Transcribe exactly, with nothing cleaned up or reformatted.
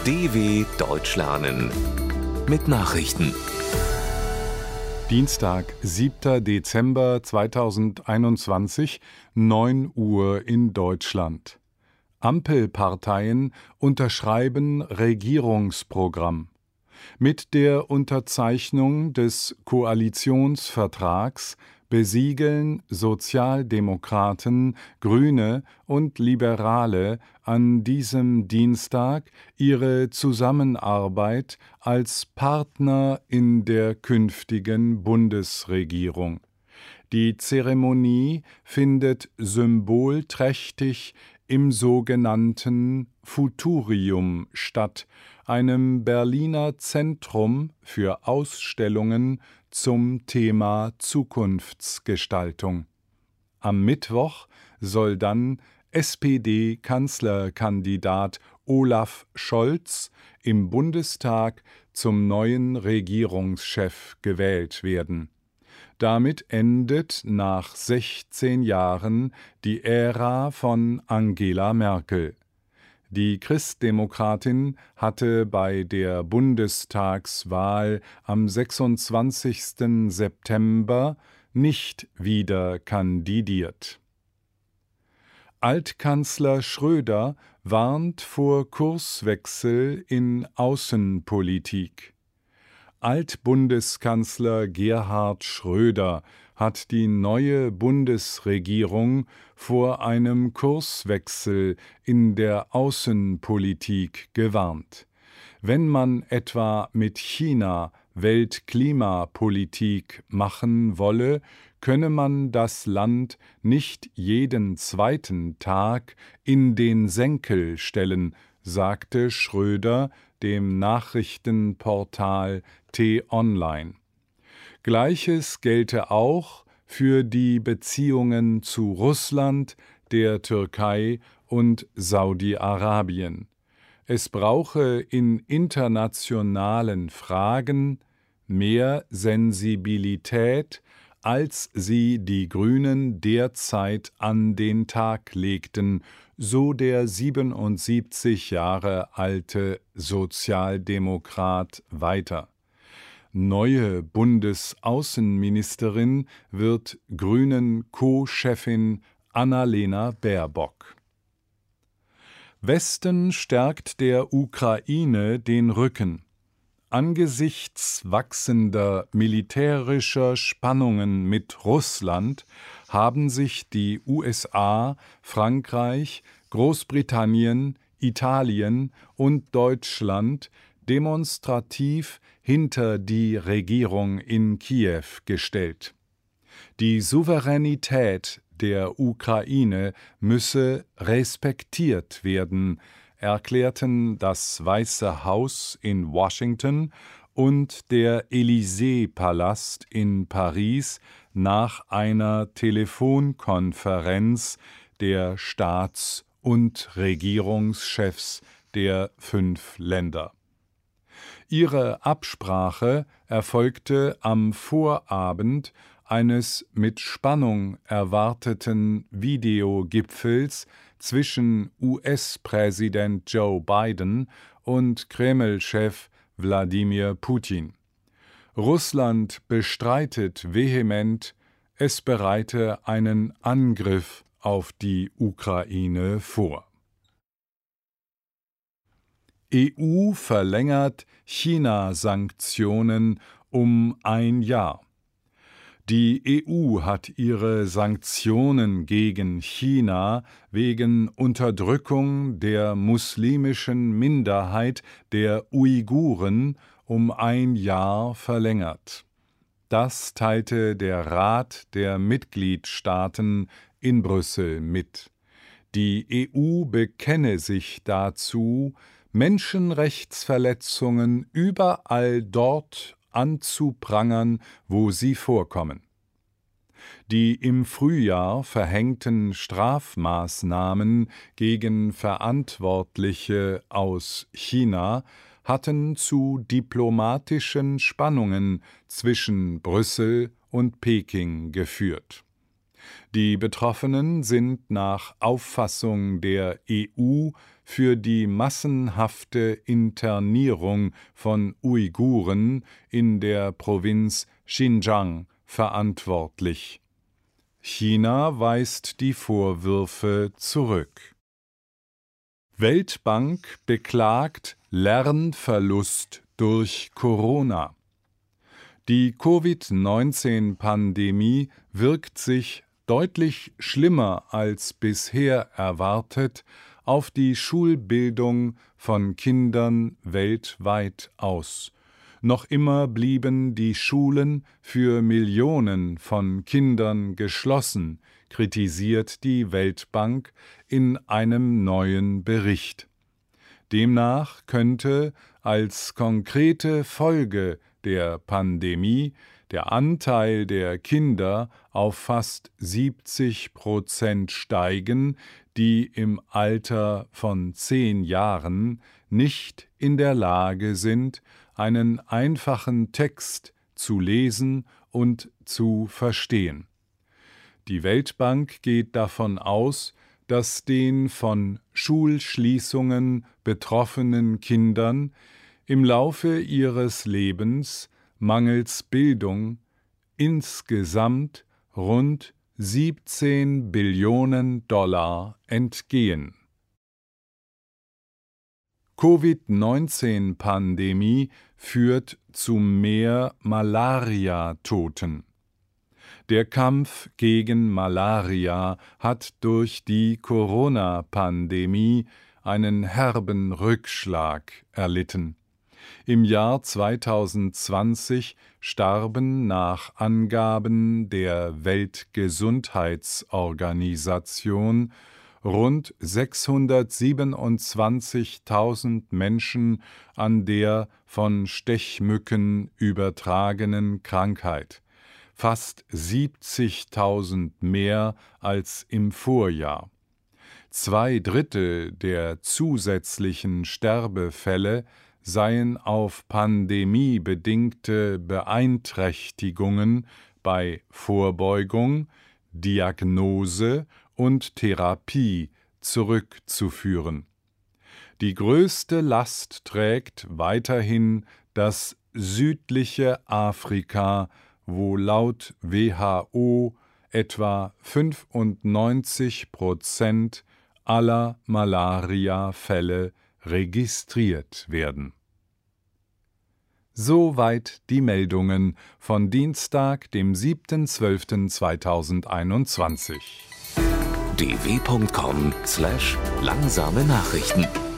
D W Deutsch lernen mit Nachrichten. Dienstag, siebter Dezember zweitausendeinundzwanzig, neun Uhr in Deutschland. Ampelparteien unterschreiben Regierungsprogramm. Mit der Unterzeichnung des Koalitionsvertrags besiegeln Sozialdemokraten, Grüne und Liberale an diesem Dienstag ihre Zusammenarbeit als Partner in der künftigen Bundesregierung. Die Zeremonie findet symbolträchtig im sogenannten Futurium statt, einem Berliner Zentrum für Ausstellungen zum Thema Zukunftsgestaltung. Am Mittwoch soll dann S P D-Kanzlerkandidat Olaf Scholz im Bundestag zum neuen Regierungschef gewählt werden. Damit endet nach sechzehn Jahren die Ära von Angela Merkel. Die Christdemokratin hatte bei der Bundestagswahl am sechsundzwanzigsten September nicht wieder kandidiert. Altkanzler Schröder warnt vor Kurswechsel in Außenpolitik. Altbundeskanzler Gerhard Schröder hat die neue Bundesregierung vor einem Kurswechsel in der Außenpolitik gewarnt. Wenn man etwa mit China Weltklimapolitik machen wolle, könne man das Land nicht jeden zweiten Tag in den Senkel stellen, sagte Schröder dem Nachrichtenportal T-Online. Gleiches gelte auch für die Beziehungen zu Russland, der Türkei und Saudi-Arabien. Es brauche in internationalen Fragen mehr Sensibilität, als sie die Grünen derzeit an den Tag legten, so der siebenundsiebzig Jahre alte Sozialdemokrat weiter. Neue Bundesaußenministerin wird Grünen Co-Chefin Annalena Baerbock. Westen stärkt der Ukraine den Rücken. Angesichts wachsender militärischer Spannungen mit Russland haben sich die U S A, Frankreich, Großbritannien, Italien und Deutschland demonstrativ hinter die Regierung in Kiew gestellt. Die Souveränität der Ukraine müsse respektiert werden, erklärten das Weiße Haus in Washington und der Élysée-Palast in Paris nach einer Telefonkonferenz der Staats- und Regierungschefs der fünf Länder. Ihre Absprache erfolgte am Vorabend eines mit Spannung erwarteten Videogipfels zwischen U S-Präsident Joe Biden und Kreml-Chef Wladimir Putin. Russland bestreitet vehement, es bereite einen Angriff auf die Ukraine vor. E U verlängert China-Sanktionen um ein Jahr. Die E U hat ihre Sanktionen gegen China wegen Unterdrückung der muslimischen Minderheit der Uiguren um ein Jahr verlängert. Das teilte der Rat der Mitgliedstaaten in Brüssel mit. Die E U bekenne sich dazu, Menschenrechtsverletzungen überall dort anzuprangern, wo sie vorkommen. Die im Frühjahr verhängten Strafmaßnahmen gegen Verantwortliche aus China hatten zu diplomatischen Spannungen zwischen Brüssel und Peking geführt. Die Betroffenen sind nach Auffassung der E U für die massenhafte Internierung von Uiguren in der Provinz Xinjiang verantwortlich. China weist die Vorwürfe zurück. Weltbank beklagt Lernverlust durch Corona. Die Covid neunzehn Pandemie wirkt sich deutlich schlimmer als bisher erwartet auf die Schulbildung von Kindern weltweit aus. Noch immer blieben die Schulen für Millionen von Kindern geschlossen, kritisiert die Weltbank in einem neuen Bericht. Demnach könnte als konkrete Folge der Pandemie der Anteil der Kinder auf fast siebzig Prozent steigen, die im Alter von zehn Jahren nicht in der Lage sind, einen einfachen Text zu lesen und zu verstehen. Die Weltbank geht davon aus, dass den von Schulschließungen betroffenen Kindern im Laufe ihres Lebens mangels Bildung insgesamt rund siebzehn Billionen Dollar entgehen. Covid neunzehn Pandemie führt zu mehr Malaria-Toten. Der Kampf gegen Malaria hat durch die Corona-Pandemie einen herben Rückschlag erlitten. Im Jahr zweitausendzwanzig starben nach Angaben der Weltgesundheitsorganisation rund sechshundertsiebenundzwanzigtausend Menschen an der von Stechmücken übertragenen Krankheit, fast siebzigtausend mehr als im Vorjahr. Zwei Drittel der zusätzlichen Sterbefälle seien auf pandemiebedingte Beeinträchtigungen bei Vorbeugung, Diagnose und Therapie zurückzuführen. Die größte Last trägt weiterhin das südliche Afrika, wo laut W H O etwa fünfundneunzig Prozent aller Malaria-Fälle registriert werden. Soweit die Meldungen von Dienstag, dem siebten zwölften zweitausendeinundzwanzig. d w punkt com slash langsame Nachrichten